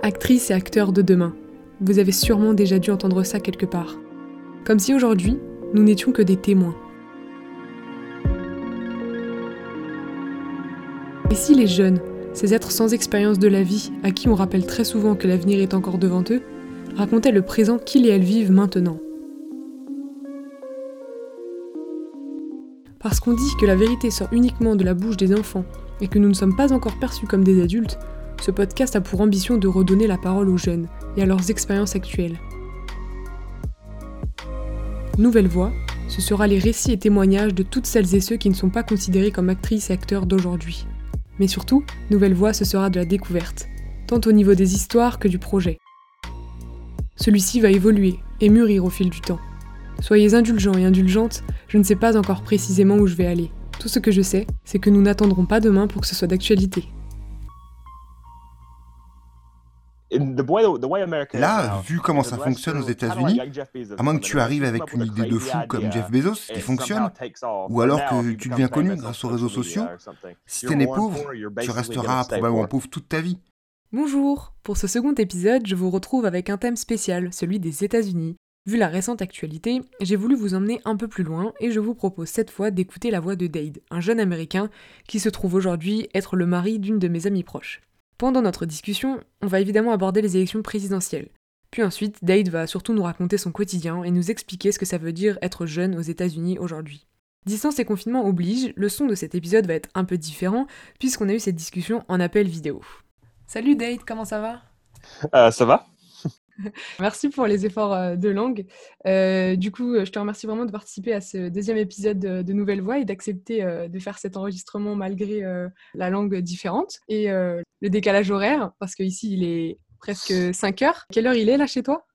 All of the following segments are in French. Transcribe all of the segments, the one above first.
Actrices et acteurs de demain. Vous avez sûrement déjà dû entendre ça quelque part. Comme si aujourd'hui, nous n'étions que des témoins. Et si les jeunes, ces êtres sans expérience de la vie, à qui on rappelle très souvent que l'avenir est encore devant eux, racontaient le présent qu'ils et elles vivent maintenant? Parce qu'on dit que la vérité sort uniquement de la bouche des enfants et que nous ne sommes pas encore perçus comme des adultes, ce podcast a pour ambition de redonner la parole aux jeunes et à leurs expériences actuelles. Nouvelle Voix, ce sera les récits et témoignages de toutes celles et ceux qui ne sont pas considérés comme actrices et acteurs d'aujourd'hui. Mais surtout, Nouvelle Voix, ce sera de la découverte, tant au niveau des histoires que du projet. Celui-ci va évoluer et mûrir au fil du temps. Soyez indulgents et indulgentes, je ne sais pas encore précisément où je vais aller. Tout ce que je sais, c'est que nous n'attendrons pas demain pour que ce soit d'actualité. Là, vu comment ça fonctionne aux États-Unis, à moins que tu arrives avec une idée de fou comme Jeff Bezos qui fonctionne, ou alors que tu deviens connu grâce aux réseaux sociaux, si t'es né pauvre, tu resteras probablement pauvre toute ta vie. Bonjour! Pour ce second épisode, je vous retrouve avec un thème spécial, celui des États-Unis. Vu la récente actualité, j'ai voulu vous emmener un peu plus loin et je vous propose cette fois d'écouter la voix de Dade, un jeune américain qui se trouve aujourd'hui être le mari d'une de mes amies proches. Pendant notre discussion, on va évidemment aborder les élections présidentielles. Puis ensuite, Dade va surtout nous raconter son quotidien et nous expliquer ce que ça veut dire être jeune aux États-Unis aujourd'hui. Distance et confinement oblige, le son de cet épisode va être un peu différent puisqu'on a eu cette discussion en appel vidéo. Salut Dade, comment ça va? Ça va? Merci pour les efforts de langue. Du coup, je te remercie vraiment de participer à ce deuxième épisode de Nouvelle Voix et d'accepter de faire cet enregistrement malgré la langue différente et le décalage horaire, parce qu'ici, il est presque 5 heures. Quelle heure il est là chez toi?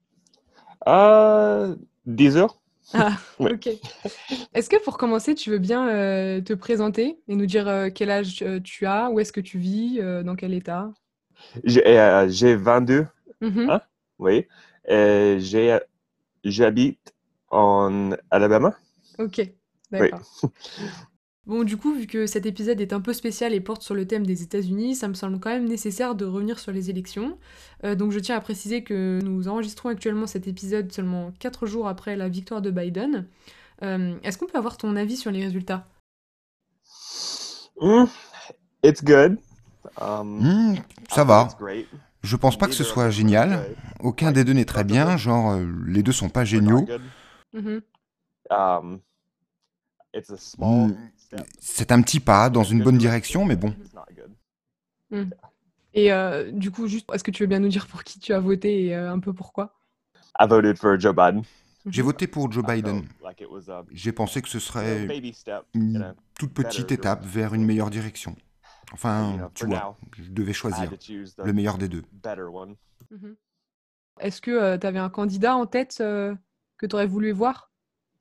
10 heures. Ah, Ouais. ok. Est-ce que pour commencer, tu veux bien te présenter et nous dire quel âge tu as, où est-ce que tu vis, dans quel état? J'ai 22 Mhm. ans, oui. J'habite en Alabama. Ok, d'accord. Bon, du coup, vu que cet épisode est un peu spécial et porte sur le thème des États-Unis, ça me semble quand même nécessaire de revenir sur les élections. Donc je tiens à préciser que nous enregistrons actuellement cet épisode seulement 4 jours après la victoire de Biden. Est-ce qu'on peut avoir ton avis sur les résultats? It's good. Ça va. It's great. Je pense pas que ce soit génial. Aucun des deux n'est très bien, genre les deux sont pas géniaux. Mhm. It's a small step. C'est un petit pas dans une bonne direction, mais bon. It's not good. Et du coup, juste, est-ce que tu veux bien nous dire pour qui tu as voté et un peu pourquoi? I voted for Joe Biden. J'ai voté pour Joe Biden. Like it was a J'ai pensé que ce serait baby step in une a toute petite étape vers une meilleure direction. Enfin, tu vois, je devais I choisir had to choose le the meilleur des deux. better one. Mhm. Est-ce que tu avais un candidat en tête que tu aurais voulu voir?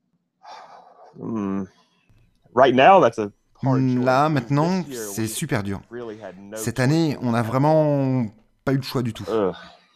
Right now, that's a hard choice. Là, maintenant, This year, c'est we super dur. really had no Cette choice année, but on n'a to vraiment pas eu le choix du tout. Ugh.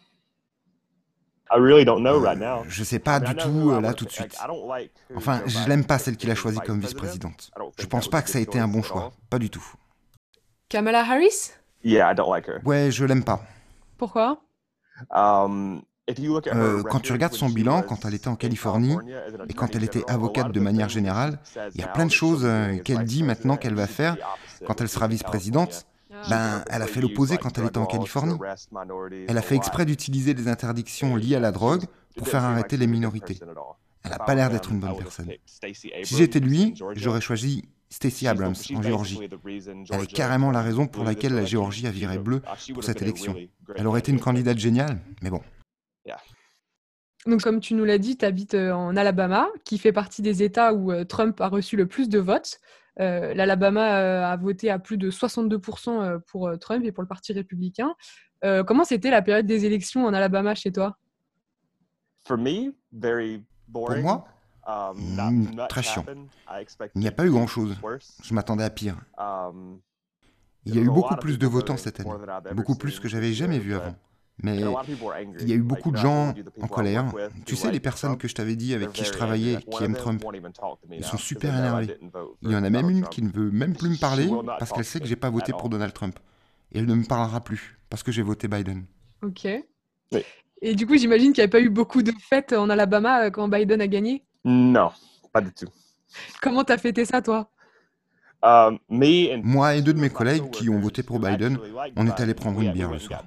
I really don't know right now. Je sais pas I mean, du I know tout who I là would tout de pick. suite. I don't like who Enfin, Joe je Biden l'aime pas picked celle qu'il a as choisie vice comme president. vice-présidente. I don't Je think pense that pas was a que ça a good été un bon choice at choix. all. Pas du tout. Kamala Harris? Yeah, I don't like her. Ouais, je l'aime pas. Pourquoi? If you look at her Quand tu record regardes when son she bilan, was quand elle était en in Californie, California as an et quand attorney elle était general, a lot avocate of de the manière things that she générale, says il y a now plein de that she'll choses be doing as qu'elle vice dit maintenant president, qu'elle va it's just faire the opposite quand when elle she sera was in California. vice-présidente. Ah. Ben, elle a fait l'opposé quand elle était en Californie. Elle a fait exprès d'utiliser des interdictions liées à la drogue pour faire arrêter les minorités. Elle a pas l'air d'être une bonne personne. Si j'étais lui, j'aurais choisi Stacey Abrams en Géorgie. Elle est carrément la raison pour laquelle la Géorgie a viré bleu pour cette élection. Elle aurait été une candidate géniale, mais bon. Donc, comme tu nous l'as dit, tu habites en Alabama, qui fait partie des États où Trump a reçu le plus de votes. L'Alabama a voté à plus de 62% pour Trump et pour le Parti républicain. Comment c'était la période des élections en Alabama chez toi? For me, very Pour boring. moi, Not much très chiant. happened. I expected Il n'y a it pas to eu be grand-chose. worse. Je m'attendais à pire. Il y a There eu was a beaucoup lot of plus de people votants voting cette année. more than I've ever Beaucoup plus seen que j'avais this jamais year, vu but- avant. Mais and a lot of people were angry. il y a eu beaucoup de Like, you know, I gens told you, the en people I colère. work with Tu who sais, les like personnes Trump, que je t'avais dit avec they're qui je very travaillais, angry. qui One aiment of them Trump, won't even talk to me ils now sont 'cause super they know I énervés. didn't vote Il y for en a même Donald une Trump. qui ne veut même plus me She parler will not parce talk qu'elle to sait que me j'ai pas voté at pour all. Donald Trump. Et elle ne me parlera plus parce que j'ai voté Biden. Ok. Oui. Et du coup, j'imagine qu'il n'y avait pas eu beaucoup de fêtes en Alabama quand Biden a gagné. Non, pas du tout. Comment t'as fêté ça, toi? Moi et deux de mes collègues qui ont voté pour Biden, on est allés prendre une bière le soir.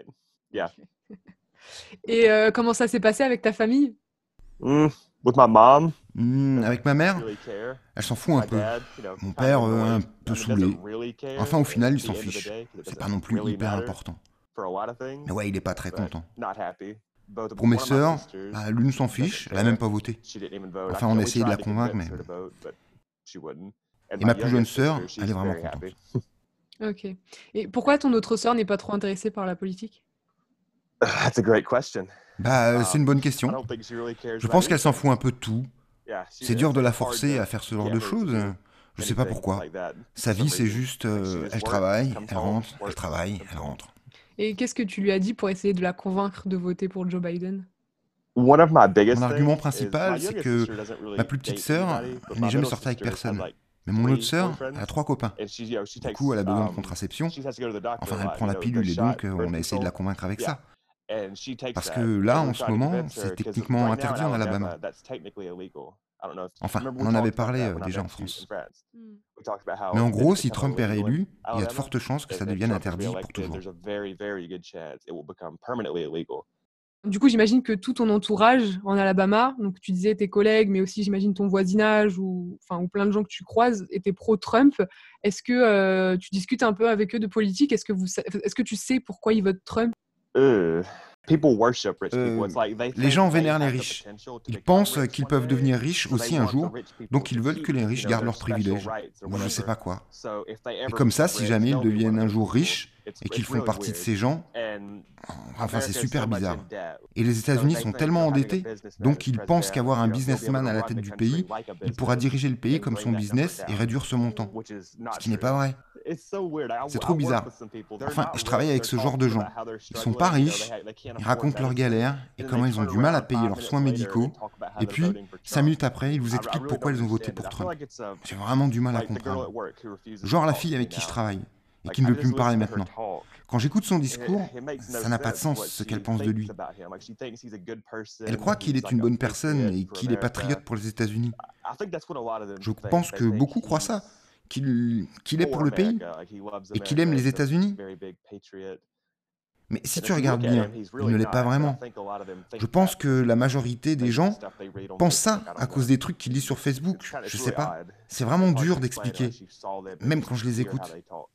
Et comment ça s'est passé avec ta famille? With my mom, Avec ma mère, elle s'en fout un peu. Mon père, un peu saoulé. Enfin, au final, il s'en fiche. C'est pas non plus hyper important. Mais ouais, il est pas très content. Pour mes sœurs, l'une s'en fiche, elle a même pas voté. Enfin, on a essayé de la convaincre, mais... Et ma plus jeune sœur, elle est vraiment contente. Ok. Et pourquoi ton autre sœur n'est pas trop intéressée par la politique? That's a great question. C'est une bonne question. Je pense qu'elle s'en fout un peu de tout. C'est dur de la forcer à faire ce genre de choses. Je sais pas pourquoi. Sa vie, c'est juste, elle travaille, elle rentre, elle travaille, elle rentre. Et qu'est-ce que tu lui as dit pour essayer de la convaincre de voter pour Joe Biden? One of my biggest Mon argument things principal, is my c'est youngest que sister doesn't really ma plus petite date sœur, anybody, but elle my n'est jamais middle sortie avec sister has personne. like Mais mon 3 autre sœur, elle a boyfriends, 3 copains. and she she Du takes coup, elle a besoin de contraception. she has to go to the doctor Enfin, a elle lot, prend la the pilule et shot, donc birth on a essayé de la control. convaincre avec Yeah. ça. And she takes Parce that, que là, and we're en ce trying to moment, convince her, c'est 'cause techniquement right now in interdit en Alabama. Alabama, that's technically illegal. I don't know if Enfin, remember on we en avait talked about parlé that when I déjà en met you in France. France. Hmm. We talked about Mais how en if gros, it's si become Trump est illegal in réélu, il y a de Alabama, fortes chances que ça and then devienne Trump is interdit pour reelected, toujours. there's a very, very good chance it will become permanently illegal. Du coup, j'imagine que tout ton entourage en Alabama, donc tu disais tes collègues, mais aussi j'imagine ton voisinage ou plein de gens que tu croises étaient pro-Trump. Est-ce que tu discutes un peu avec eux de politique? Est-ce que tu sais pourquoi ils votent Trump? Ugh. People worship rich people. It's like they Les think gens they vénèrent les have the riches. potential to Ils become pensent rich qu'ils one peuvent day, devenir riches so they aussi un want the jour, rich people donc to ils veulent que les keep, riches gardent their leurs special privilèges, rights or ou je sais whatever. pas quoi. So if they Et ever comme ça, become si rich, jamais ils they'll be one deviennent of un those jour people. riches It's et qu'ils font really partie de weird. ces gens, And enfin c'est America is super so much bizarre. in debt. Et les So États-Unis they sont think tellement having a endettés, businessman donc as ils pensent president, qu'avoir un he'll be able to businessman à la run tête the du country pays, like a il pourra business diriger le pays and comme bring son that number business et down, réduire ce montant. which is Ce not qui n'est true. pas vrai. It's so weird. C'est I trop work bizarre. with some people. They're Enfin, not je travaille rich. avec They're ce genre de talking gens. about how they're Ils sont pas struggling. riches, They can't ils afford racontent leur medicine. galère et And then comment they ils ont turn du mal à around payer 5 leurs minutes soins later médicaux. and talk about how Et they're puis, voting for 5 Trump. minutes après, ils vous I expliquent really pourquoi don't ils ont voté understand pour it. I feel Trump. like it's J'ai vraiment du mal à like the girl comprendre. at work who refuses to Genre la talk fille to me avec qui je now. travaille et Like qui ne I veut plus just me parler listen to her maintenant. talk. Quand j'écoute son discours, It makes no ça n'a pas de sense sens what ce she qu'elle pense de lui. thinks about him. Like she thinks he's a good person. Elle croit qu'il He's est like une a bonne personne patriot et for qu'il est America. patriote pour les États-Unis. I think that's what a lot of them Je think. pense They que think beaucoup croient ça, he's qu'il est for pour le pays America, like he loves et qu'il aime America. les He's a États-Unis. very big patriot. Mais si And tu if you regardes look at bien, him, he's il really ne l'est pas not. But I vraiment. think a lot of them Je think pense that que because la of majorité des maybe the gens stuff they read on pensent ça Facebook. I à don't cause know. des trucs qu'ils lisent sur Facebook. Je sais pas. C'est vraiment dur d'expliquer, même quand je les écoute.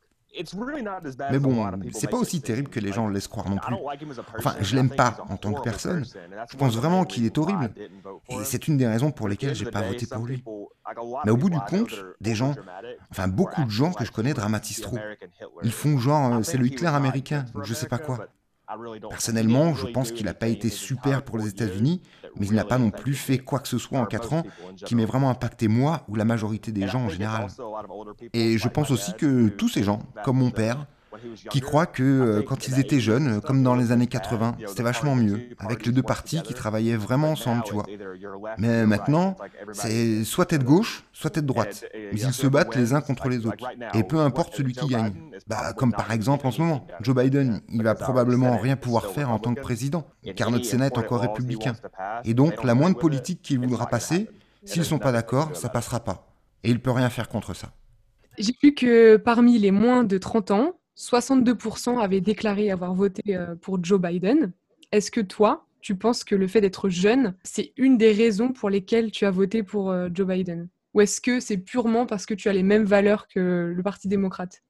Mais bon, c'est pas aussi terrible que les gens le laissent croire non plus. Enfin, je l'aime pas en tant que personne. Je pense vraiment qu'il est horrible. Et c'est une des raisons pour lesquelles j'ai pas voté pour lui. Mais au bout du compte, des gens, enfin beaucoup de gens que je connais dramatisent trop. Ils font genre, c'est le Hitler américain, ou je sais pas quoi. Personnellement, je pense qu'il n'a pas été super pour les États-Unis, mais il n'a pas non plus fait quoi que ce soit en 4 ans qui m'ait vraiment impacté moi ou la majorité des gens en général. Et je pense aussi que tous ces gens, comme mon père, qui croient que quand ils étaient jeunes, comme dans les années 80, c'était vachement mieux, avec les deux partis qui travaillaient vraiment ensemble, tu vois. Mais maintenant, c'est soit tête gauche, soit tête droite. Mais ils se battent les uns contre les autres. Et peu importe celui qui gagne. Bah, comme par exemple en ce moment, Joe Biden, il va probablement rien pouvoir faire en tant que président, car notre Sénat est encore républicain. Et donc, la moindre politique qu'il voudra passer, s'ils sont pas d'accord, ça passera pas. Et il peut rien faire contre ça. J'ai vu que parmi les moins de 30 ans, 62% avaient déclaré avoir voté pour Joe Biden. Est-ce que toi, tu penses que le fait d'être jeune, c'est une des raisons pour lesquelles tu as voté pour Joe Biden? Ou est-ce que c'est purement parce que tu as les mêmes valeurs que le Parti démocrate?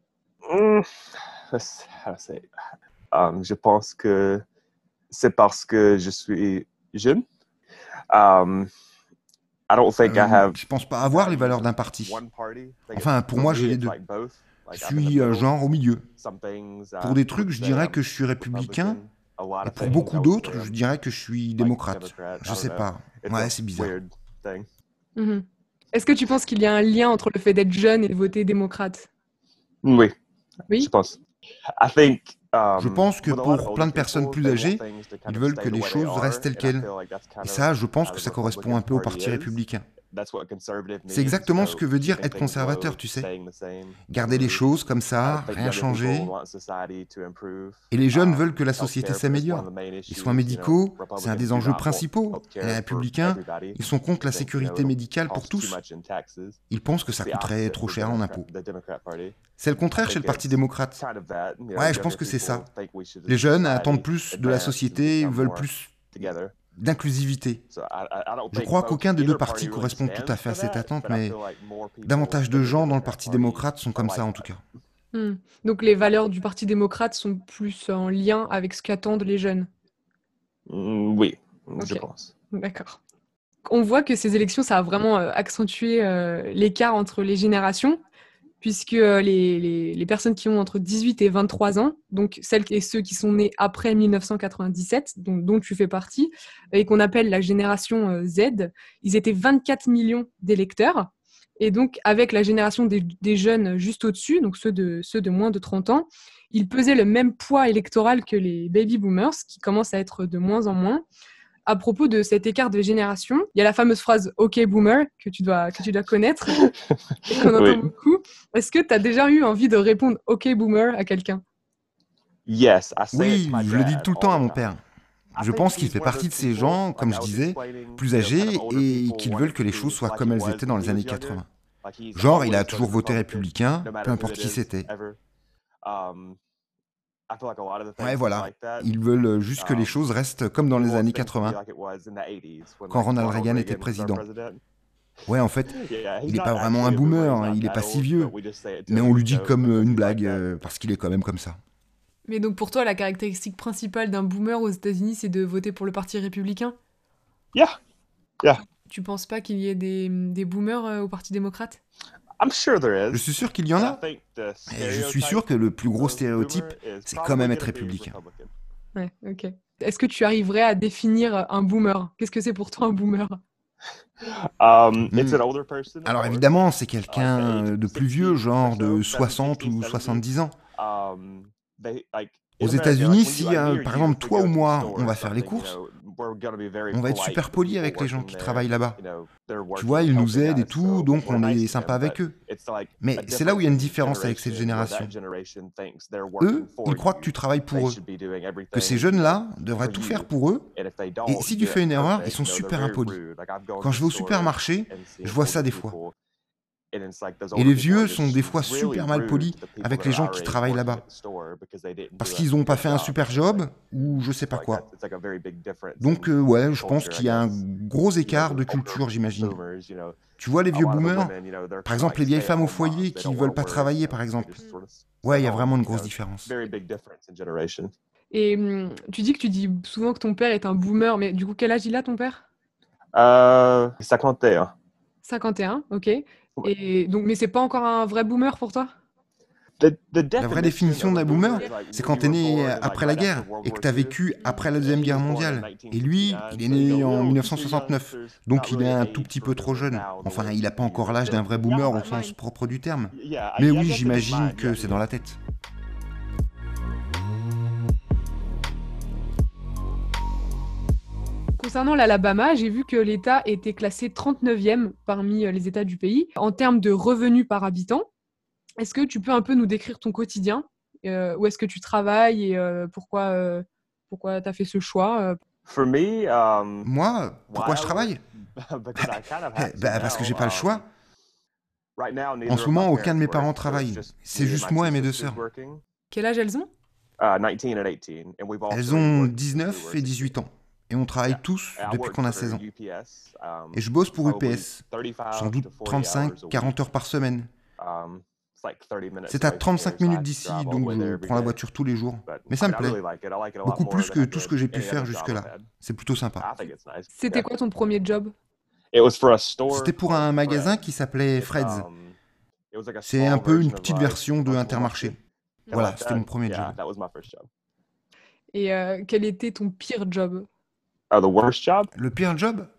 Je pense que c'est parce que je suis jeune. I don't think I have. Je pense pas avoir les valeurs d'un parti. Enfin, pour moi, j'ai les deux. Je suis genre au milieu. Pour des trucs, je dirais que je suis républicain, et pour beaucoup d'autres, je dirais que je suis démocrate. Je sais pas. Ouais, c'est bizarre. Mhm. Est-ce que tu penses qu'il y a un lien entre le fait d'être jeune et de voter démocrate? Oui, Oui. je pense. Je pense que pour plein de personnes plus âgées, ils veulent que les choses restent telles quelles. Et ça, je pense que ça correspond un peu au Parti républicain. C'est exactement ce que veut dire être conservateur, tu sais. Garder les choses comme ça, rien changer. Et les jeunes veulent que la société s'améliore. Les soins médicaux, c'est un des enjeux principaux. Et les républicains, ils sont contre la sécurité médicale pour tous. Ils pensent que ça coûterait trop cher en impôts. C'est le contraire chez le Parti démocrate. Ouais, je pense que c'est ça. Les jeunes attendent plus de la société, ils veulent plus d'inclusivité. Je crois qu'aucun des deux partis correspond tout à fait à cette attente, mais davantage de gens dans le Parti démocrate sont comme ça en tout cas. Donc les valeurs du Parti démocrate sont plus en lien avec ce qu'attendent les jeunes. Oui, je Ok. pense. D'accord. On voit que ces élections, ça a vraiment accentué l'écart entre les générations, puisque les personnes qui ont entre 18 et 23 ans, donc celles et ceux qui sont nés après 1997, dont tu fais partie, et qu'on appelle la génération Z, ils étaient 24 millions d'électeurs. Et donc, avec la génération des jeunes juste au-dessus, donc ceux de moins de 30 ans, ils pesaient le même poids électoral que les baby boomers, qui commencent à être de moins en moins. À propos de cet écart de génération, il y a la fameuse phrase « OK boomer » que tu dois connaître et qu'on entend beaucoup. Est-ce que tu as déjà eu envie de répondre « OK boomer » à quelqu'un? Oui, je le dis tout le temps à mon père. Je pense qu'il fait partie de ces gens, comme je disais, plus âgés et qui veulent que les choses soient comme elles étaient dans les années 80. Genre, il a toujours voté républicain, peu importe qui c'était. Ouais, voilà. Ils veulent juste que les choses restent comme dans les années 80, quand Ronald Reagan était président. Ouais, en fait, il n'est pas vraiment un boomer, hein, il n'est pas si vieux. Mais on lui dit comme une blague, parce qu'il est quand même comme ça. Mais donc pour toi, la caractéristique principale d'un boomer aux États-Unis, c'est de voter pour le Parti républicain? Yeah. Tu penses pas qu'il y ait des boomers au Parti démocrate? Je suis sûr qu'il y en a. Et je suis sûr que le plus gros stéréotype, c'est quand même être républicain. Ouais, ok. Est-ce que tu arriverais à définir un boomer? Qu'est-ce que c'est pour toi un boomer? Alors évidemment, c'est quelqu'un de plus vieux, genre de 60 ou 70 ans. Aux États-Unis, si par exemple toi ou moi, on va faire les courses, on va être super poli avec les gens qui travaillent là-bas. Tu vois, ils nous aident et tout, donc on est sympa avec eux. Mais c'est là où il y a une différence avec cette génération. Eux, ils croient que tu travailles pour eux, que ces jeunes-là devraient tout faire pour eux, et si tu fais une erreur, ils sont super impolis. Quand je vais au supermarché, je vois ça des fois. Et les vieux sont des fois super mal polis avec les gens qui travaillent là-bas. Parce qu'ils n'ont pas fait un super job, ou je sais pas quoi. Donc ouais, je pense qu'il y a un gros écart de culture, j'imagine. Tu vois les vieux boomers, par exemple les vieilles femmes au foyer qui ne veulent pas travailler, par exemple. Ouais, il y a vraiment une grosse différence. Et tu dis souvent que ton père est un boomer, mais du coup, quel âge il a ton père? 51. 51, ok. Et donc, mais c'est pas encore un vrai boomer pour toi? La vraie définition d'un boomer, c'est quand t'es né après la guerre et que t'as vécu après la Deuxième Guerre mondiale. Et lui, il est né en 1969, donc il est un tout petit peu trop jeune. Enfin, il n'a pas encore l'âge d'un vrai boomer au sens propre du terme. Mais oui, j'imagine que c'est dans la tête. Concernant l'Alabama, j'ai vu que l'État était classé 39e parmi les États du pays en termes de revenus par habitant. Est-ce que tu peux un peu nous décrire ton quotidien? Où est-ce que tu travailles et pourquoi tu as fait ce choix? Moi, pourquoi je travaille? Parce que j'ai pas le choix. En ce moment, aucun de mes parents travaille. C'est juste moi et mes deux sœurs. Quel âge elles ont? Elles ont 19 et 18 ans. Et on travaille tous depuis qu'on a 16 ans. Et je bosse pour UPS, sans doute 35-40 heures par semaine. C'est à 35 minutes d'ici, donc je prends la voiture tous les jours. Mais ça me plaît. Beaucoup plus que tout ce que j'ai pu faire jusque-là. C'est plutôt sympa. C'était quoi ton premier job? C'était pour un magasin qui s'appelait Fred's. C'est un peu une petite version de Intermarché. Voilà, c'était mon premier job. Et quel était ton pire job? Le pire job?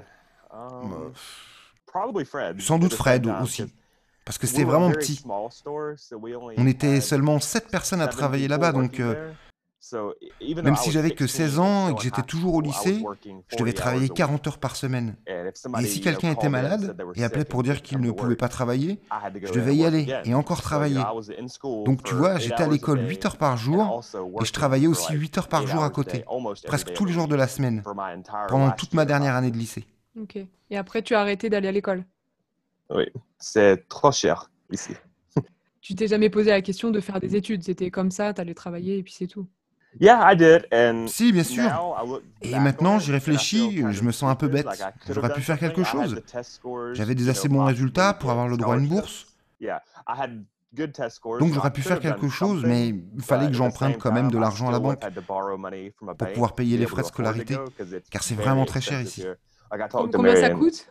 Sans doute Fred aussi. Parce que c'était vraiment petit. On était seulement 7 personnes à travailler là-bas, donc Même si j'avais que 16 ans et que j'étais toujours au lycée, je devais travailler 40 heures par semaine. Et si quelqu'un était malade et appelait pour dire qu'il ne pouvait pas travailler, je devais y aller et encore travailler. Donc tu vois, j'étais à l'école 8 heures par jour et je travaillais aussi 8 heures par jour à côté, presque tous les jours de la semaine, pendant toute ma dernière année de lycée. Ok. Et après, tu as arrêté d'aller à l'école. Oui, c'est trop cher ici. Tu t'es jamais posé la question de faire des études. C'était comme ça, t'allais travailler et puis c'est tout. Yeah, I did. And Si, bien sûr. now I look Et back maintenant, on j'y it and I feel réfléchis, kind je of me sens un peu stupid. bête. Like I could have J'aurais pu done faire quelque something. I had chose. the test scores, J'avais des assez bons for résultats actually pour avoir le droit à une bourse. scholarships. Yeah, I had good test scores, Donc so I j'aurais pu could faire have done quelque chose, mais something. il fallait But que at the j'emprunte same quand même time, de I l'argent à la still would banque have had to borrow money from a pour bank pouvoir to payer be les able frais to de afford to scolarité, go because it's car c'est very vraiment très cher expensive ici. here. Like I talked to Combien ça Marion. coûte?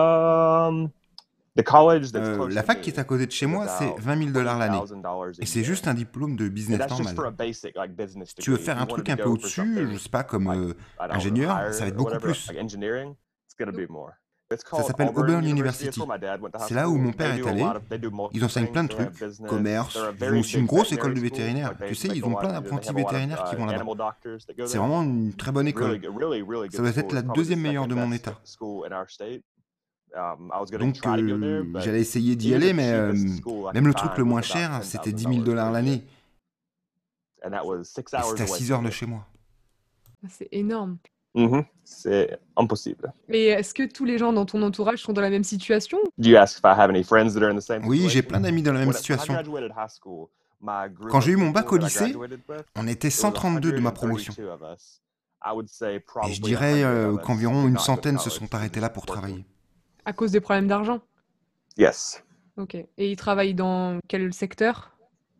The college that's close La to fac qui est à me côté de chez is moi, c'est about 20 000 $ l'année. $20,000 a Et c'est juste year. un diplôme de And business that's just for a normal. basic like business Si tu veux degree. If faire you un wanted truc to un peu go for au-dessus, je something sais pas, comme like I don't know, ingénieur, ça va higher être or beaucoup whatever, plus. like engineering, it's gonna be more. It's Ça called s'appelle Auburn Auburn University. It's where University. my dad went to high C'est là où school. mon père They est do a lot allé. of they do Ils multiple enseignent plein things. de They have trucs, business. commerce. They're a Ils ont very aussi une big grosse école de veterinary school. vétérinaire. Like Tu sais, they ils go ont a plein lot. They d'apprentis have a lot of vétérinaires qui vont là-bas. animal doctors that go C'est there. vraiment une très bonne Really, école. really, really Ça good doit school. être It's la probably the deuxième meilleure second de mon best état. school in our state. I was gonna Donc try to go there, but j'allais essayer d'y even aller, the mais cheapest school I même could le truc le find was moins about cher, c'était 10 000 $10,000 $ for a year, l'année. and that was 6 Et hours c'était à away 6 from heures de me. chez moi. Ah, c'est énorme. C'est impossible. Et est-ce que tous les gens dans ton entourage sont dans la même situation? Do you ask if I have any friends that are in the same Oui, j'ai situation? plein d'amis dans la même When I situation. graduated high school, my group Quand of j'ai eu mon bac people au that I lycée, graduated with, on était it was 132 de ma promotion. 132 of us. I would say Et je probably dirais 100 of us qu'environ did une not go to centaine se college. sont We're arrêtés là just pour working. travailler. À cause des problèmes d'argent? Yes. Ok. Et ils travaillent dans quel secteur?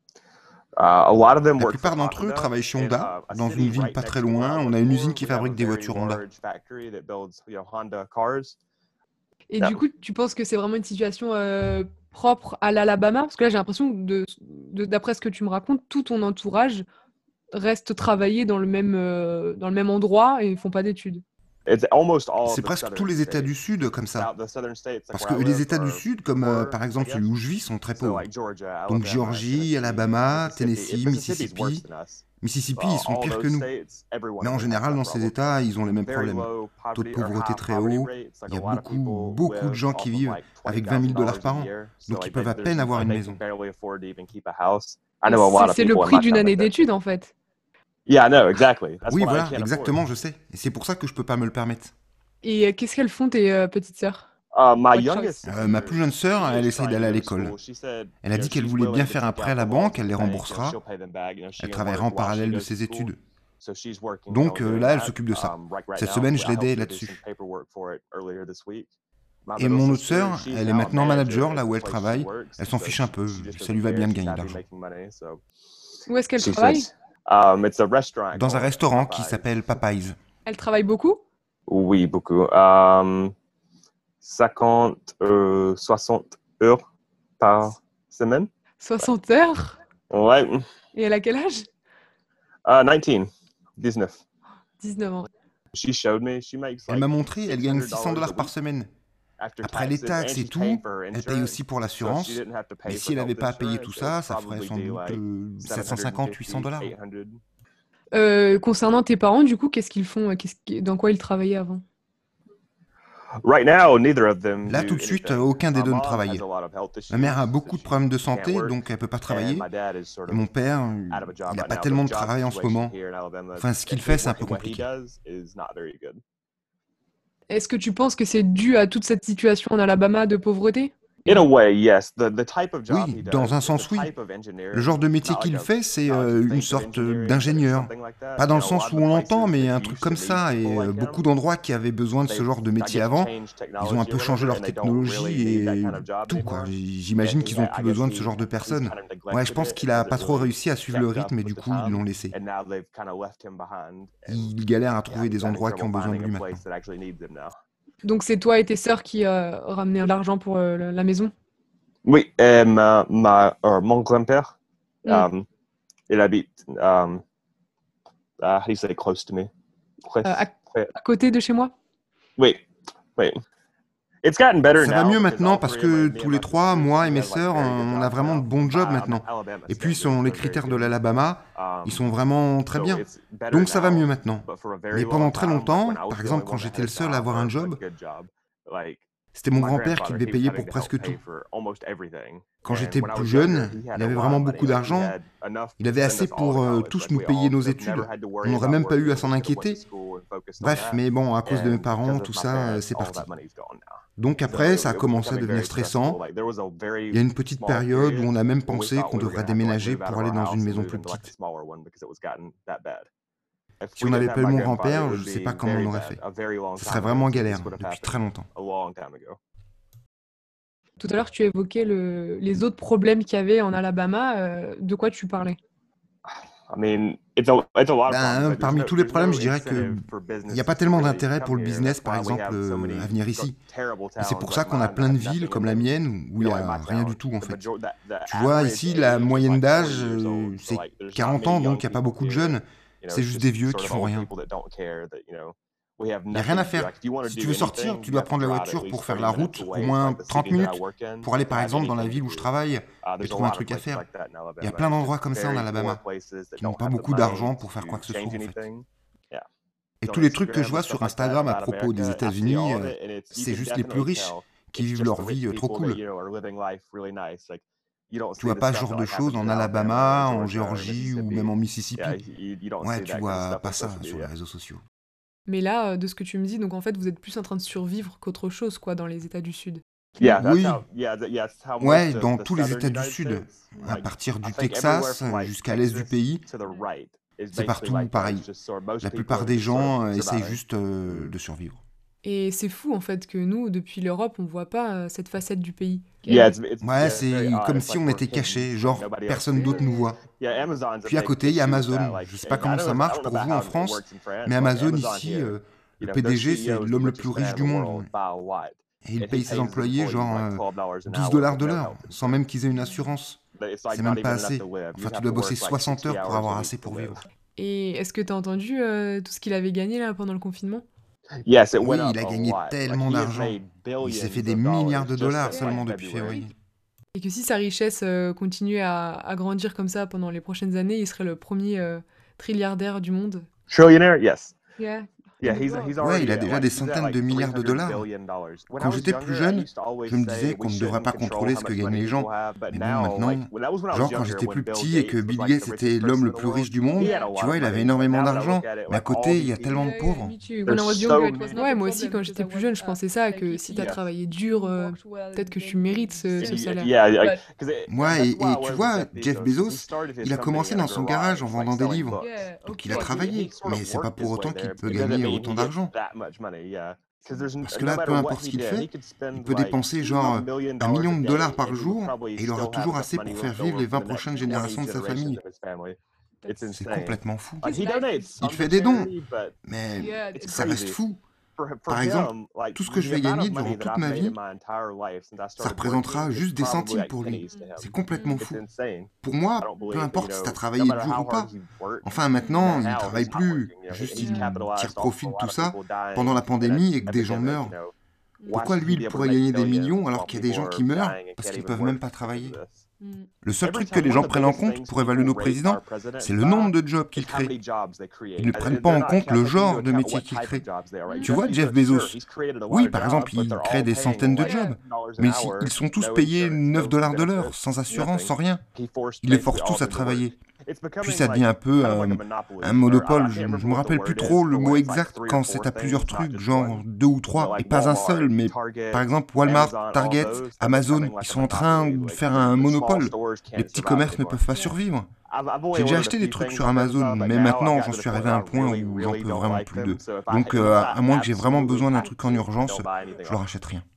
A lot of them La work for plupart d'entre eux Honda travaillent chez in Honda, a dans city une ville right pas next très to where I loin. On work a une for. usine qui We have a fabrique des very voitures Honda. large factory that builds, Honda cars. Et Yeah. du coup, tu penses que c'est vraiment une situation propre à l'Alabama? Parce que là, j'ai l'impression d'après ce que tu me racontes, tout ton entourage reste travailler dans le même endroit et ils font pas d'études. It's almost all of C'est the presque tous southern les États du states. Sud comme ça. The southern states, like Parce where que I les live, États du are Sud, comme poor, par I exemple celui guess. où je vis, sont très So pauvres. like Georgia, Donc Alabama, Géorgie, Tennessee, Alabama, Mississippi. Tennessee, Mississippi's worse Mississippi. than us. Mississippi, ils sont All pires que those nous. states, every one Mais of en them has général, that dans ces problem. États, ils ont les mêmes Very problèmes. low Taux de poverty or pauvreté high très poverty haut. rates. Like Il y a a lot of people beaucoup de live gens qui off of vivent like avec 20 000 $ $20,000 par a an. year. So Donc ils like peuvent à peine avoir une they maison. can barely afford to even keep a house. I Et know a lot of c'est le people in prix my d'une town année like that. d'études, en fait. Yeah, no, exactly. That's Oui, why I voilà, can't afford. exactement, je sais. Et c'est pour ça que je peux pas me le permettre. Et qu'est-ce qu'elles font, tes petites sœurs? My What youngest choice? sister, Ma plus jeune sœur, she elle is essaye trying d'aller to à go to l'école. school. She said, Elle a dit qu'elle she's voulait bien willing to faire un take prêt à out la the loans banque, at elle the les bank. remboursera. She'll pay them back. She Elle can travaillera work en while she parallèle de goes to ses school. études. So she's working Donc on doing là, elle that. s'occupe de ça. Right Cette now, semaine, je I helped l'aidais her do là-dessus. some paperwork for it earlier this week. My Et middle mon autre sister, sœur, she's elle est now a maintenant manager manager at là the où elle place she travaille. works. Elle s'en So fiche un peu. she just Ça doesn't lui va care. bien de She's gagner de happy l'argent. making money. So Où est-ce qu'elle she travaille? says, it's a restaurant Dans un called restaurant qui Popeyes. s'appelle Popeyes. Elle travaille beaucoup? Oui, beaucoup. 50, 60 heures par semaine. 60 heures? Ouais. Et elle a quel âge? 19. 19 ans. She showed me she makes Elle like m'a montré, elle gagne $600 $600 a par week semaine. after Après les taxes, and taxes et she's paying tout, for her elle paye insurance. aussi pour So she l'assurance. didn't have to pay Mais for si elle n'avait health pas à payer insurance, tout it would ça, ça probably ferait sans be doute like 750, 800 $750, $. Concernant tes parents, du coup, qu'est-ce qu'ils font? Dans quoi ils travaillaient avant? Right now, neither of them Là, do tout de suite, anything. aucun des My deux ne mom has travaillait. a lot of health Ma mère a issues, beaucoup so de problèmes de she can't santé, work. donc elle peut pas And travailler. my dad is sort Et of mon père, out of a job il n'a right pas now. tellement The de job travail en ce situation moment. here in Alabama, Enfin, ce qu'il fait, c'est un peu what he compliqué. does is not very good. Est-ce que tu penses que c'est dû à toute cette situation en Alabama de pauvreté? In a way, yes. The type of job Oui, he dans does, un it's a sens, oui. type of engineering. Le genre de It's métier not like qu'il fait, c'est not like you une think of sorte engineering, but it's d'ingénieur. something like that. Pas dans le A lot sens of où the on places l'entend, mais that un truc used comme to need ça. Et people like beaucoup him, d'endroits qui avaient besoin de ce genre de I métier guess, avant, changed ils ont un technology peu or changé whatever, leur and they don't really technologie need that et kind of job tout, quoi. anymore. J'imagine And qu'ils ont plus I guess besoin de ce genre de he's personnes. kind of Ouais, je neglected pense it qu'il and a hasn't pas trop really réussi à suivre le kept up rythme et with du the coup, ils l'ont times. laissé. And now they've kind of left him behind. And Il galère à yeah, trouver des he's having endroits qui ont trouble besoin de finding lui a place maintenant. that actually needs him now. Donc c'est toi et tes sœurs qui ramenaient l'argent pour la maison? Oui, mon grand-père, il habite, how do you say close to me? À côté de chez moi? Oui, oui. Ça va mieux maintenant parce que tous les trois, moi et mes sœurs, on a vraiment de bons jobs maintenant. Et puis, selon les critères de l'Alabama, ils sont vraiment très bien. Donc ça va mieux maintenant. Mais pendant très longtemps, par exemple quand j'étais le seul à avoir un job, c'était mon grand-père qui devait payer pour presque tout. Quand j'étais plus jeune, il avait vraiment beaucoup d'argent. Il avait assez pour tous nous payer nos études. On n'aurait même pas eu à s'en inquiéter. Bref, mais bon, à cause de mes parents, tout ça, c'est parti. Donc après, ça a commencé à devenir stressant. Il y a une petite période où on a même pensé qu'on devrait déménager pour aller dans une maison plus petite. Si on n'avait pas eu mon grand-père, je ne sais pas comment on aurait fait. Ce serait vraiment galère, depuis très longtemps. Tout à l'heure, tu évoquais les autres problèmes qu'il y avait en Alabama. De quoi tu parlais? Parmi tous les problèmes, je dirais qu'il n'y a pas tellement d'intérêt pour le business, par exemple, à venir ici. Et c'est pour ça qu'on a plein de villes comme la mienne où il n'y a rien du tout, en fait. Tu vois, ici, la moyenne d'âge, c'est 40 ans, donc il n'y a pas beaucoup de jeunes. C'est juste des vieux qui font rien. Il n'y a rien à faire. Si tu veux sortir, tu dois prendre la voiture pour faire la route, au moins 30 minutes, pour aller par exemple dans la ville où je travaille et trouver un truc à faire. Il y a plein d'endroits comme ça en Alabama, qui n'ont pas beaucoup d'argent pour faire quoi que ce soit en fait. Et tous les trucs que je vois sur Instagram à propos des États-Unis, c'est juste les plus riches qui vivent leur vie trop cool. Tu vois pas ce genre de choses en Alabama, en Géorgie ou même en Mississippi. Ouais, tu vois pas ça sur les réseaux sociaux. Mais là, de ce que tu me dis, donc en fait, vous êtes plus en train de survivre qu'autre chose, quoi, dans les États du Sud. Oui, ouais, dans tous les États du Sud, à partir du Texas jusqu'à l'est du pays, c'est partout pareil. La plupart des gens essayent juste de survivre. Et c'est fou, en fait, que nous, depuis l'Europe, on voit pas cette facette du pays. Ouais, c'est comme si on était cachés, genre personne d'autre nous voit. Puis à côté, il y a Amazon. Je sais pas comment ça marche pour vous en France, mais Amazon ici, le PDG, c'est l'homme le plus riche du monde. Et il paye ses employés genre $12 de l'heure, sans même qu'ils aient une assurance. C'est même pas assez. Enfin, tu dois bosser 60 heures pour avoir assez pour vivre. Et est-ce que tu as entendu tout ce qu'il avait gagné là pendant le confinement? Oui, il a gagné tellement d'argent. Il s'est fait des milliards de dollars seulement depuis février. Et que si sa richesse continuait à grandir comme ça pendant les prochaines années, il serait le premier trilliardaire du monde. Trillionaire, yes. Yeah. Ouais, il a déjà des centaines de milliards de dollars. Quand j'étais plus jeune, je me disais qu'on ne devrait pas contrôler ce que gagnent les gens. Mais bon, maintenant, genre quand j'étais plus petit et que Bill Gates était l'homme le plus riche du monde, tu vois, il avait énormément d'argent. Mais à côté, il y a tellement de pauvres. Ouais, moi aussi, quand j'étais plus jeune, je pensais ça, que si t'as travaillé dur, peut-être que tu mérites ce salaire. Ouais, et tu vois, Jeff Bezos, il a commencé dans son garage en vendant des livres. Donc il a travaillé, mais c'est pas pour autant qu'il peut gagner autant d'argent. Parce que là, peu importe ce qu'il fait, il peut dépenser genre $1 million par jour et il aura toujours assez pour faire vivre les 20 prochaines générations de sa famille. C'est complètement fou. Il fait des dons, mais ça reste fou. Par exemple, tout ce que je vais gagner durant toute ma vie, ça représentera juste des centimes pour lui. C'est complètement fou. Pour moi, peu importe si tu as travaillé dur ou pas. Enfin, maintenant, il ne travaille plus. Juste, il tire profit de tout ça pendant la pandémie et que des gens meurent. Pourquoi lui, il pourrait gagner des millions alors qu'il y a des gens qui meurent parce qu'ils ne peuvent même pas travailler? Le seul truc que les gens prennent en compte pour évaluer nos présidents, c'est le nombre de jobs qu'ils créent. Ils ne prennent pas en compte le genre de métier qu'ils créent. Tu vois, Jeff Bezos, oui, par exemple, il crée des centaines de jobs, mais ils sont tous payés $9 de l'heure, sans assurance, sans rien. Il les force tous à travailler. Puis ça devient un peu un monopole. Je me rappelle plus trop le mot exact quand c'est à plusieurs trucs, genre 2 ou 3, et pas un seul, mais par exemple Walmart, Target, Amazon, ils sont en train de faire un monopole. Les petits commerces ne peuvent pas survivre. J'ai déjà acheté des trucs sur Amazon, mais maintenant j'en suis arrivé à un point où j'en peux vraiment plus d'eux. Donc à moins que j'ai vraiment besoin d'un truc en urgence, je leur achète rien.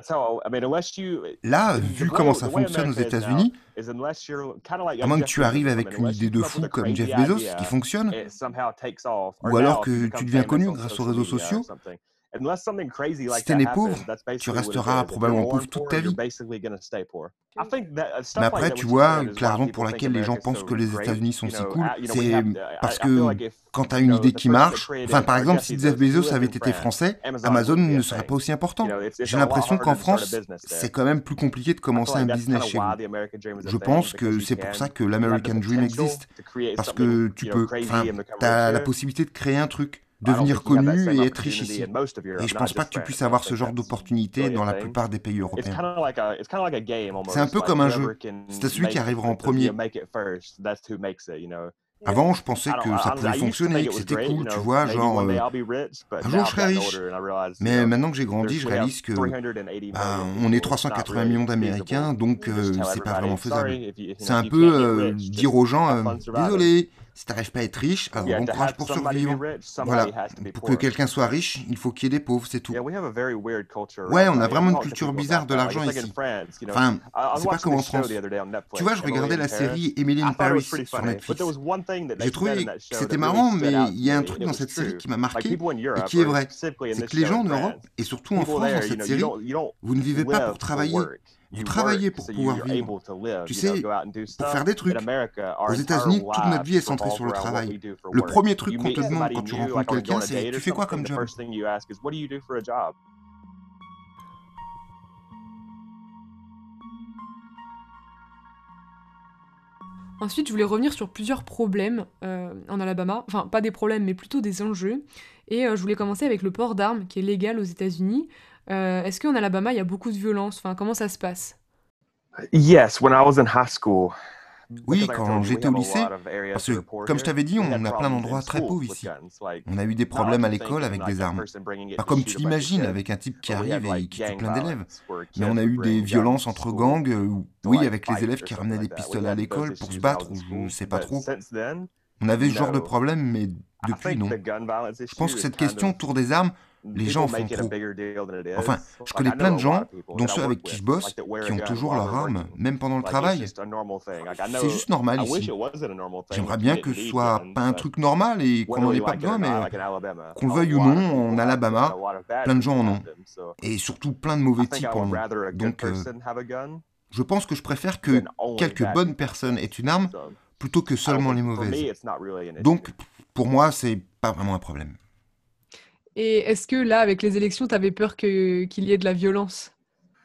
Là, vu comment ça fonctionne aux États-Unis, à moins que tu arrives avec une idée de fou comme Jeff Bezos qui fonctionne, ou alors que tu deviens connu grâce aux réseaux sociaux, Si t'es né pauvre, tu resteras probablement pauvre toute ta vie. Mais après, tu vois, que la raison pour laquelle les gens pensent que les États-Unis sont si cool, c'est parce que quand t'as une idée qui marche, enfin par exemple, si Jeff Bezos avait été français, Amazon ne serait pas aussi important. J'ai l'impression qu'en France, c'est quand même plus compliqué de commencer un business chez vous. Je pense que c'est pour ça que l'American Dream existe. Parce que t'as la possibilité de créer un truc, devenir connu et être riche ici. Et je pense pas que tu puisses avoir ce genre d'opportunité dans la plupart des pays européens. C'est un peu comme un jeu. C'est à celui qui arrivera en premier. Avant, je pensais que ça pouvait fonctionner, que c'était cool, tu vois, genre, un jour je serai riche. Mais maintenant que j'ai grandi, je réalise que on est 380 millions d'Américains, donc c'est pas vraiment faisable. C'est un peu dire aux gens, désolé, si t'arrives pas à être riche, alors bon courage pour survivre. Voilà, pour que quelqu'un soit riche, il faut qu'il y ait des pauvres, c'est tout. Ouais, on a vraiment une culture bizarre de l'argent ici. Enfin, c'est pas comme en France. Tu vois, je regardais la série Emily in Paris sur Netflix. J'ai trouvé que c'était marrant, mais il y a un truc dans cette série qui m'a marqué et qui est vrai. C'est que les gens en Europe, et surtout en France dans cette série, vous ne vivez pas pour travailler. Vous travaillez pour pouvoir vivre. Tu sais, pour faire des trucs. Aux États-Unis, toute notre vie est centrée sur le travail. Le premier truc qu'on te demande quand tu rencontres quelqu'un, c'est « Tu fais quoi comme job ?» Ensuite, je voulais revenir sur plusieurs problèmes en Alabama. Enfin, pas des problèmes, mais plutôt des enjeux. Et je voulais commencer avec le port d'armes, qui est légal aux États-Unis. Est-ce qu'en Alabama, il y a beaucoup de violence? Enfin, comment ça se passe? Yes, when I was in high school. Oui, quand j'étais au lycée, parce que, comme je t'avais dit, on a plein d'endroits très pauvres ici. On a eu des problèmes à l'école avec des armes. Pas comme tu l'imagines, avec un type qui arrive et qui tue plein d'élèves. Mais on a eu des violences entre gangs, oui, avec les élèves qui ramenaient des pistolets à l'école pour se battre, ou je ne sais pas trop. On avait ce genre de problème, mais depuis, non. Je pense que cette question autour des armes, les gens en font trop. Enfin, je connais plein de gens, dont ceux avec qui je bosse, qui ont toujours leur arme, même pendant le travail. C'est juste normal ici. J'aimerais bien que ce soit pas un truc normal et qu'on n'en ait pas besoin, mais qu'on le veuille ou non, en Alabama, plein de gens en ont. Et surtout plein de mauvais types en ont. Donc, je pense que je préfère que quelques bonnes personnes aient une arme plutôt que seulement les mauvaises. Donc, pour moi, c'est pas vraiment un problème. Et est-ce que là, avec les élections, t'avais peur qu'il y ait de la violence?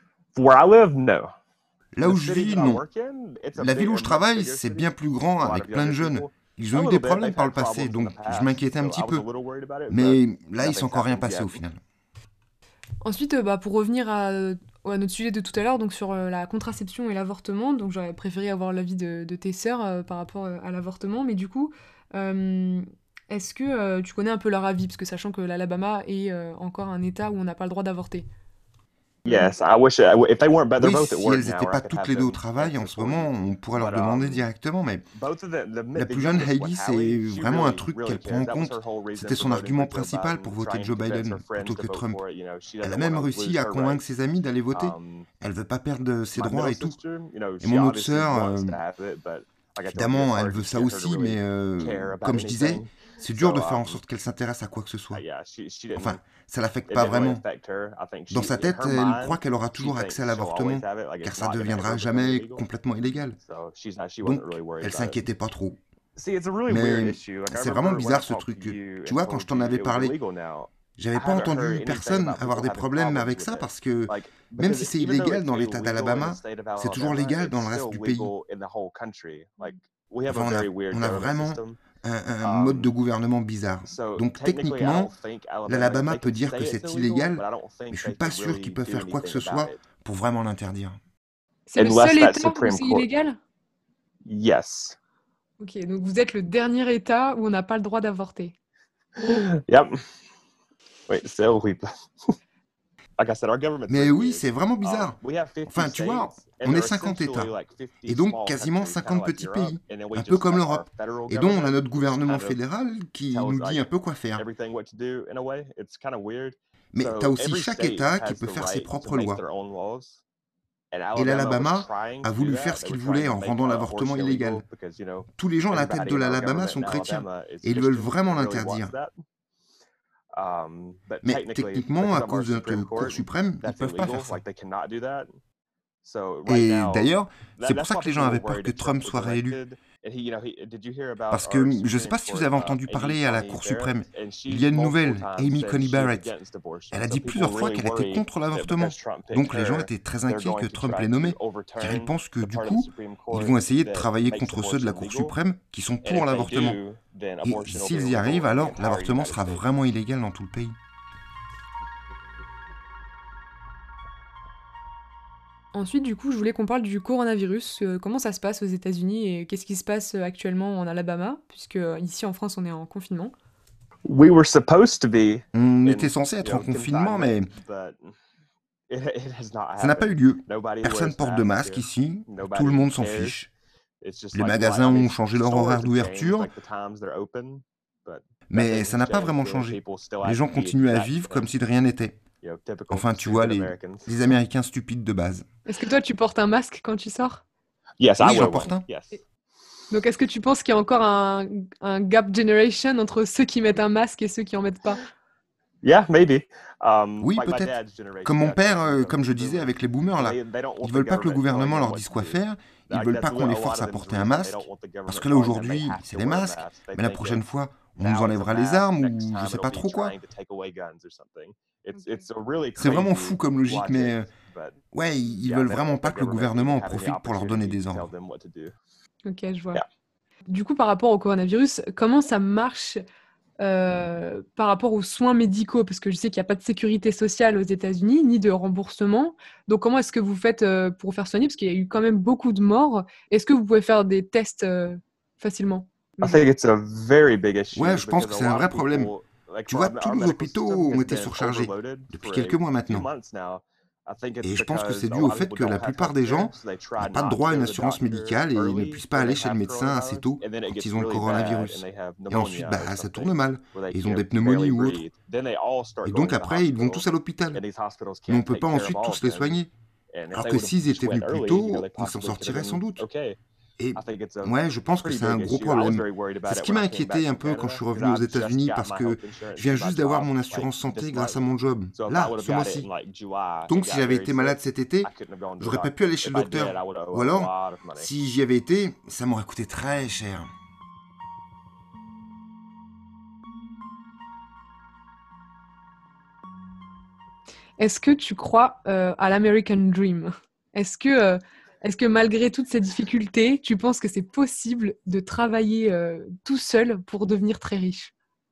Là où je vis, non. La ville où je travaille, c'est bien plus grand, avec plein de jeunes. Ils ont eu des problèmes par le passé, donc je m'inquiétais un petit peu. Mais là, il s'est encore rien passé au final. Ensuite, pour revenir à notre sujet de tout à l'heure, donc sur la contraception et l'avortement, donc j'aurais préféré avoir l'avis de tes sœurs par rapport à l'avortement, mais du coup, est-ce que tu connais un peu leur avis? Parce que sachant que l'Alabama est encore un État où on n'a pas le droit d'avorter. Oui, si elles n'étaient pas toutes les deux au travail en ce moment, on pourrait leur demander directement, mais la plus jeune Hailey, c'est vraiment un truc qu'elle prend en compte. C'était son argument principal pour voter Joe Biden plutôt que Trump. Elle a même réussi à convaincre ses amis d'aller voter. Elle veut pas perdre ses droits et tout. Et mon autre sœur, évidemment, elle veut ça aussi, mais comme je disais, c'est dur de faire en sorte qu'elle s'intéresse à quoi que ce soit. Enfin, ça l'affecte pas vraiment. Dans sa tête, elle croit qu'elle aura toujours accès à l'avortement, car ça ne deviendra jamais complètement illégal. Donc, elle s'inquiétait pas trop. Mais c'est vraiment bizarre ce truc. Tu vois, quand je t'en avais parlé, j'avais pas entendu personne avoir des problèmes avec ça parce que même si c'est illégal dans l'État d'Alabama, c'est toujours légal dans le reste du pays. Enfin, on a vraiment un mode de gouvernement bizarre. Donc techniquement, l'Alabama peut dire que c'est illégal, mais je suis pas sûr qu'il peut faire quoi que ce soit pour vraiment l'interdire. C'est le seul État où c'est illégal? Yes. Ok, donc vous êtes le dernier État où on n'a pas le droit d'avorter. Yep. Oui, c'est horrible. Mais oui, c'est vraiment bizarre. Enfin, tu vois, on est 50 États, et donc quasiment 50 petits pays, un peu comme l'Europe. Et donc on a notre gouvernement fédéral qui nous dit un peu quoi faire. Mais t'as aussi chaque État qui peut faire ses propres lois. Et l'Alabama a voulu faire ce qu'il voulait en rendant l'avortement illégal. Tous les gens à la tête de l'Alabama sont chrétiens, et ils veulent vraiment l'interdire. Mais techniquement, à cause de notre Cour suprême, ils ne peuvent pas faire ça. Et d'ailleurs, c'est pour ça que les gens avaient peur que Trump soit réélu. Parce que je ne sais pas si vous avez entendu parler à la Cour suprême, il y a une nouvelle, Amy Coney Barrett. Elle a dit plusieurs fois qu'elle était contre l'avortement. Donc les gens étaient très inquiets que Trump l'ait nommée, car ils pensent que du coup, ils vont essayer de travailler contre ceux de la Cour suprême qui sont pour l'avortement. Et s'ils y arrivent, alors l'avortement sera vraiment illégal dans tout le pays. Ensuite, du coup, je voulais qu'on parle du coronavirus. Comment ça se passe aux États-Unis et qu'est-ce qui se passe actuellement en Alabama, puisque ici en France on est en confinement. We were supposed to be On in, était censé être en confinement, mais has not ça n'a pas eu happened. lieu. Nobody Personne wears porte de masks masque here. ici, tout Nobody le monde s'en cares. fiche. It's just Les like magasins ont changé leur stores horaire have changed, d'ouverture, like the times they're open, but mais nothing's ça n'a pas changed. vraiment You know, changé. people still Les act gens be continuent à exact, vivre comme si de rien n'était. typical Enfin, tu vois, stupid les Americans. Américains stupides de base. Est-ce que toi tu portes un masque quand tu sors? Yes, I Oui, j'en wear porte one. un. Yes. Donc est-ce que tu penses qu'il y a encore un gap generation entre ceux qui mettent un masque et ceux qui en mettent pas? Yeah, maybe. Oui, Like my peut-être. dad's generation, Comme mon père, definitely. comme je disais avec les boomers là, They don't want ils the veulent pas que le government gouvernement telling them leur what dise to quoi do. faire, ils Like, veulent pas that's qu'on a les lot force of à them's porter un reason. They masque, don't want the parce government que là telling them they aujourd'hui, have c'est to les wear a masques, mask. They mais la think prochaine it's fois, on nous now it's a enlèvera les mask, armes next ou time je sais it'll pas be trop quoi. trying to take away guns or something. Ok. It's a really C'est vraiment crazy fou comme logique, mais logic, but ouais, ils yeah, veulent they don't vraiment want pas the que le government gouvernement even en having the profite pour leur donner opportunity des to tell ordres. them what to do. Ok, je vois. Yeah. Du coup, par rapport au coronavirus, comment ça marche par rapport aux soins médicaux? Parce que je sais qu'il n'y a pas de sécurité sociale aux États-Unis, ni de remboursement. Donc, comment est-ce que vous faites pour faire soigner? Parce qu'il y a eu quand même beaucoup de morts. Est-ce que vous pouvez faire des tests facilement? I think it's a very big issue Ouais, je pense because que a c'est un lot vrai of problème. people, like Tu for vois, our tous nos medical hôpitaux system ont has été been surchargés overloaded depuis for quelques mois a few maintenant. months now. I think Et it's je pense que c'est because dû a au lot of fait people que la don't have plupart des gens healthcare, so they n'ont try pas de not droit to à une go to the assurance doctor médicale et ne early puissent pas when aller they chez le have médecin assez coronavirus, tôt and then it quand gets ils ont le really bad and coronavirus. they have Et ensuite, pneumonia or ça tourne something mal. where they Ils ont des barely pneumonies ou autre. breathe. Then they all start Et going donc to the après, ils vont hospital, tous à l'hôpital. and these hospitals Mais on can't peut take pas care of ensuite all tous of les them. soigner. And if Alors they que would have s'ils just étaient went venus plus early, you know, tôt, they ils s'en possibly could have sortiraient sans been doute. okay. Et I think it's a ouais, je pense que pretty c'est un big gros issue. I was problème. very worried C'est about ce it qui when m'a I came back inquiété un from peu quand je Canada suis because revenu aux I just États-Unis got parce my que health je insurance viens through my juste d'avoir job mon like assurance santé this grâce month. à mon job. So if I Là, would have ce got it in mois-ci. like July and Donc si got j'avais very été malade sick, cet été, I couldn't have gone to the j'aurais pas pu doctor. aller chez If le I did, docteur. I would have Ou owed a alors, lot of money. si j'y avais été, ça m'aurait coûté très cher. Est-ce que tu crois à l'American Dream? Est-ce que malgré toutes ces difficultés, tu penses que c'est possible de travailler tout seul pour devenir très riche?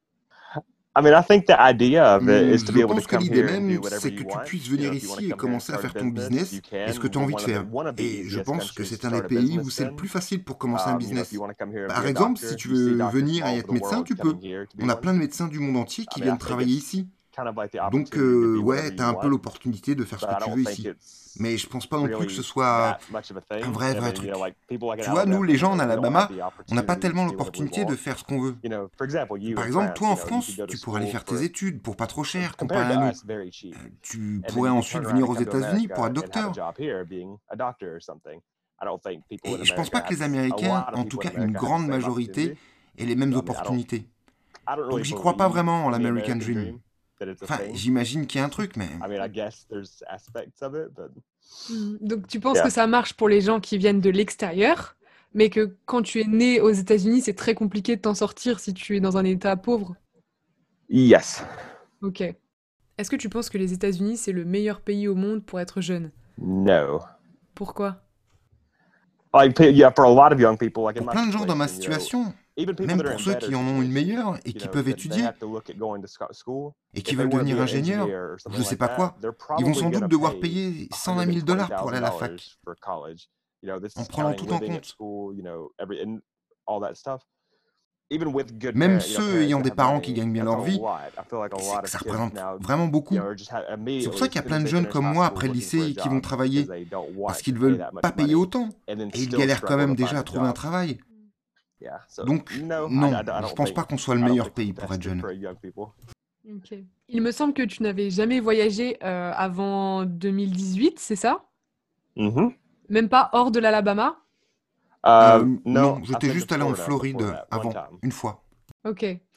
I mean, I think the idea of it is to Je be able to pense que come l'idée here and do même, whatever c'est you que tu want. puisses You know, venir if you want to ici et come here and commencer à start a faire ton business, you business et ce can. que tu as envie de faire. One of the Et je easiest pense que countries to c'est un des start a pays où business c'est le in. plus facile pour commencer un You know, if business. you want to come here and Par be a exemple, si doctor, tu you see veux doctors from venir et all over être the médecin, world tu peux. coming here to be On a one. plein de médecins du monde entier qui I mean, I viennent think travailler it's ici. kind of like the Donc, opportunity to be whatever ouais, you t'as un peu want, l'opportunité de faire ce but I que tu don't veux think ici. it's Mais je pense pas non plus que ce really soit that much of a un thing. vrai, And vrai then, you know, truc. like people like in Tu vois, nous, Alabama, les you gens en know, we don't have Alabama, the on n'a pas opportunity tellement to do whatever we l'opportunité de want. faire ce qu'on veut. You know, for example, you Par in exemple, France, toi you en know, you France, could go to tu pourrais aller school faire tes for études pour pas trop cher compared comparé à to nous. us, very cheap. Tu And then pourrais you could ensuite turn around venir and aux come to États-Unis pour America être and have a docteur. job here being a doctor or something. I don't think people in Et je pense America pas que have les a Américains, lot of en tout people in cas une America have the grande same majorité, opportunity. aient les mêmes So I opportunités. don't Donc really j'y crois pas believe vraiment en in the l'American American Dream. dream that it's a Enfin, thing. j'imagine qu'il y a un truc, mais I mean, I guess there's aspects of it, but Donc tu penses yeah. que ça marche pour les gens qui viennent de l'extérieur, mais que quand tu es né aux États-Unis, c'est très compliqué de t'en sortir si tu es dans un état pauvre? Yes. Ok. Est-ce que tu penses que les États-Unis, c'est le meilleur pays au monde pour être jeune? No. Pourquoi? Like, yeah, for a lot of young people, like in pour my plein de gens dans ma situation, you know, situation, even people même that are pour in ceux better qui en ont une situations, meilleure et you qui know, peuvent they étudier have to look at going to school. et qui If they veulent want to devenir be an ingénieurs engineer or ou something je sais like pas that, quoi, they're ils vont probably sans going doute to devoir pay payer 120 000 $ pour aller à la fac, $120,000 for college. You know, this en is prenant counting tout en living at compte. school, you know, and all that stuff. Even with good Même parents, you know, ceux parents ayant that des have parents qui money, gagnent bien that's a leur vie, lot. I feel like a et lot que of ça kids représente now, vraiment you beaucoup. know, are just C'est pour immediately ça as qu'il y a soon plein as de they jeunes finish comme high moi school après le looking for a lycée qui vont job because travailler they don't parce want qu'ils to ne pay veulent that much pas payer money autant and then et ils still galèrent quand struggle même to déjà find à a trouver un job. travail. Yeah, so Donc no, non, I je don't pense think pas qu'on soit le meilleur pays it's pour être best jeune. for young people. Ok. Il me semble que tu n'avais jamais voyagé avant 2018, c'est ça? Mm-hmm. Même pas hors de l'Alabama? No, Non, I've j'étais been to juste allé en Florida before Floride that one avant, time. une fois. Ok.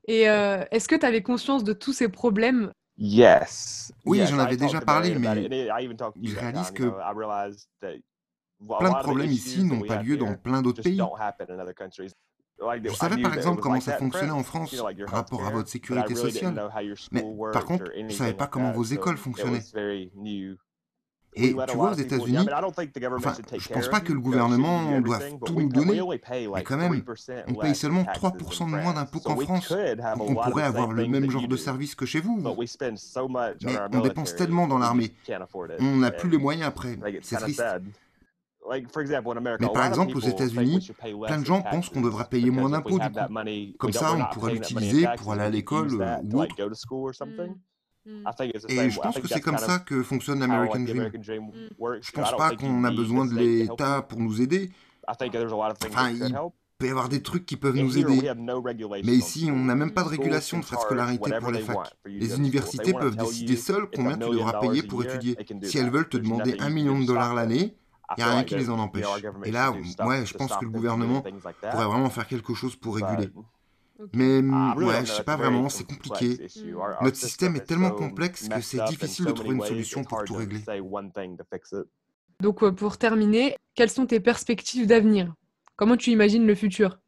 Et est-ce que tu avais conscience de tous ces problèmes? Yes. Oui, Yes, j'en I avais talked déjà to Mary parlé, about mais it, and I even talked to you je that réalise time. que I realized that a plein de lot of the problèmes ici issues that n'ont we pas have lieu dans here plein d'autres just pays. don't happen in other countries. Like, Je I savais knew par that it exemple was comment like ça that in fonctionnait en France, France like your par rapport à healthcare, votre but I sécurité really didn't sociale. know how your Mais school par worked contre, or je ne savais anything pas like comment that, vos so écoles it fonctionnaient. was very new. We Et let a tu vois, lot aux of people, yeah, I États-Unis, mean, I don't think the government enfin, should take je care pense of pas que le you, or it shouldn't do gouvernement doive everything, but tout nous we donner, only pay mais like quand même, 3% on paye less in seulement taxes in 3% de moins France. d'impôts So qu'en we France. could have a Donc on lot of pourrait the avoir same le things même that genre you de do, service que chez vous. but we spend so much on Mais our on dépense military tellement dans that we just l'armée, can't afford it. on n'a plus And les moyens après. like, it's C'est kind of triste. sad. Like, for example, in America, Mais a par lot of exemple, aux people think we États-Unis, should pay plein less de in gens pensent qu'on devrait taxes payer moins because if we d'impôts du have that coup. money, Comme we're ça, on not pourrait paying that money in l'utiliser pour taxes, aller and à we could use l'école that to ou like autre. go to school or something. Mmh. I think it's the Et same. je I pense que think c'est that's comme kind of ça que fonctionne how l'American like the Dream. American dream Mmh. works. Je So I pense don't pas think you qu'on a need the besoin de state to help l'État you. pour nous aider. I think there's a lot of things Enfin, that could il help. peut y avoir des trucs qui peuvent And nous here we aider. have no Mais regulation on ici, on n'a schools. même pas de Schools régulation can de frais de charge scolarité pour whatever les they want facs. for you to Les go to school. If they universités want to peuvent tell décider you seules it's combien tu devras $1 payer a pour year, étudier. they can do Si elles that. veulent te There's demander nothing 1 you can million do de to dollars stop them. l'année, I il n'y a feel rien like qui les en our empêche. government Et should là, do ouais, stuff je to pense que stop le them from doing gouvernement things like pourrait that. vraiment faire quelque chose pour But réguler. OK. Mais I really ouais, don't je know. sais It's pas a very vraiment, c'est complex compliqué. issue. Mmh. Our Notre system système est is tellement so complexe que messed c'est up in difficile de so trouver many une ways. solution It's pour hard tout to régler. say one thing to fix it. Donc pour terminer, quelles sont tes perspectives d'avenir? Comment tu imagines le futur?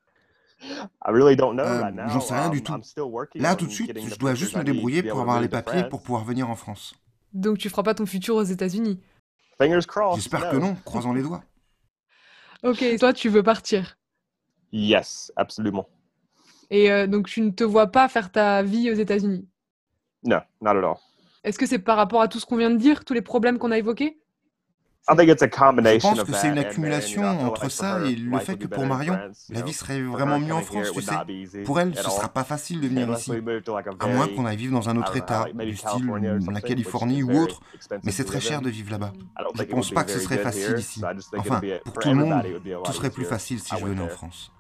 I really don't know right J'en now. sais rien du tout. I'm still working Là, tout de on suite, getting je the dois papers juste I me need to débrouiller be pour able to avoir les move to papiers pour France. pouvoir venir en France. Donc tu feras pas ton futur aux États-Unis? Fingers crossed. J'espère que No. non, croisons les doigts. OK, toi tu veux partir? Yes, absolument. Et donc tu ne te vois pas faire ta vie aux États-Unis? No, not at all. Est-ce que c'est par rapport à tout ce qu'on vient de dire, tous les problèmes qu'on a évoqués? I think it's a Je combination pense of que c'est une that, and then, accumulation I feel entre like for ça her, et le life fait would que be pour better in Marion, France, la vie serait For vraiment her mieux en coming here, France, it tu would sais. not be easy Pour elle, at ce all. sera pas facile de venir Unless ici. we move to like a À moins very, qu'on aille vivre dans un I autre don't know, état, like maybe du style California or la something, which Californie is ou very autre, mais expensive c'est to très live cher in. de vivre là-bas. I don't Je think it pense would be pas que ce very serait good facile here, ici. so I just think Enfin, it'll be, pour for tout le monde, everybody, it would be a tout lot serait plus easier. facile si I je went venais en there. France.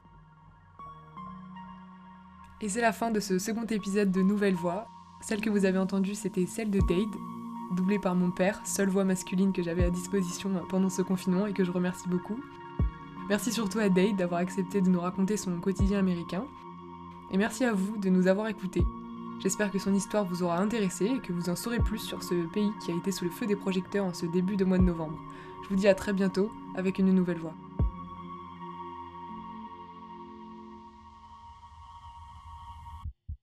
Et c'est la fin de ce second épisode de Nouvelle Voix. Celle que vous avez entendue, c'était celle de Dade, doublée par mon père, seule voix masculine que j'avais à disposition pendant ce confinement et que je remercie beaucoup. Merci surtout à Dade d'avoir accepté de nous raconter son quotidien américain. Et merci à vous de nous avoir écoutés. J'espère que son histoire vous aura intéressé et que vous en saurez plus sur ce pays qui a été sous le feu des projecteurs en ce début de mois de novembre. Je vous dis à très bientôt avec une nouvelle voix.